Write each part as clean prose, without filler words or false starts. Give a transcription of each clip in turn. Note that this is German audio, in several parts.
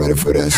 ready for this?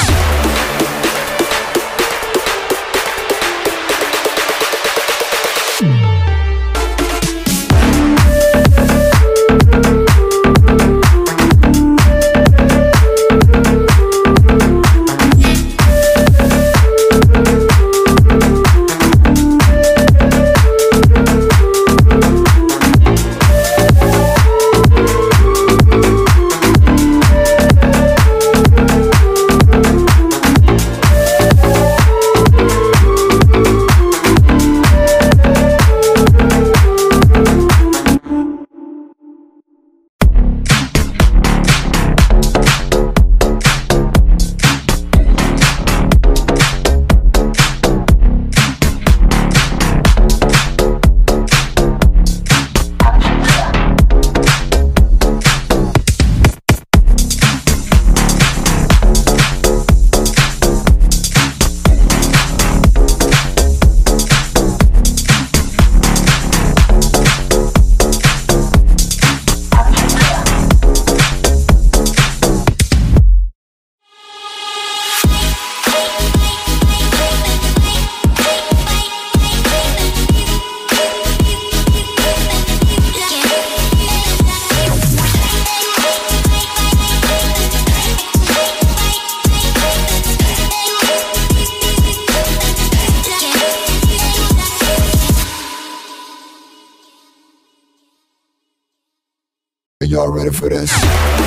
Are y'all ready for this?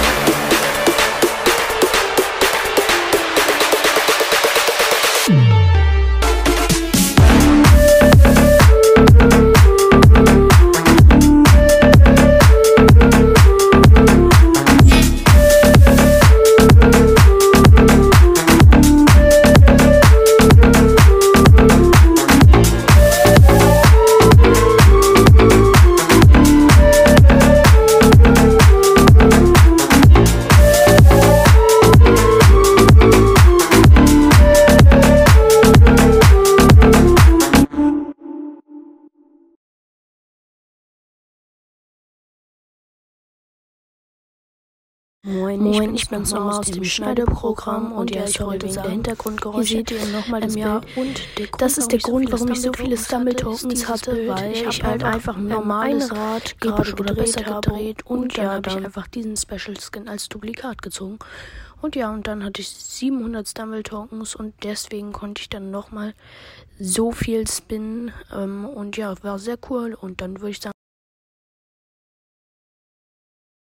Moin, ich bin's nochmal aus dem Schneideprogramm und ja, ich wollte wegen der Hintergrundgeräusche. Hier seht ihr nochmal das Bild. Und das ist der Grund, warum ich so viele Stumble-Tokens hatte, weil ich halt einfach ein normales Rad gerade gedreht habe und dann habe ich einfach diesen Special Skin als Duplikat gezogen. Und ja, und dann hatte ich 700 Stumble-Tokens und deswegen konnte ich dann nochmal so viel spinnen und ja, war sehr cool und dann würde ich sagen,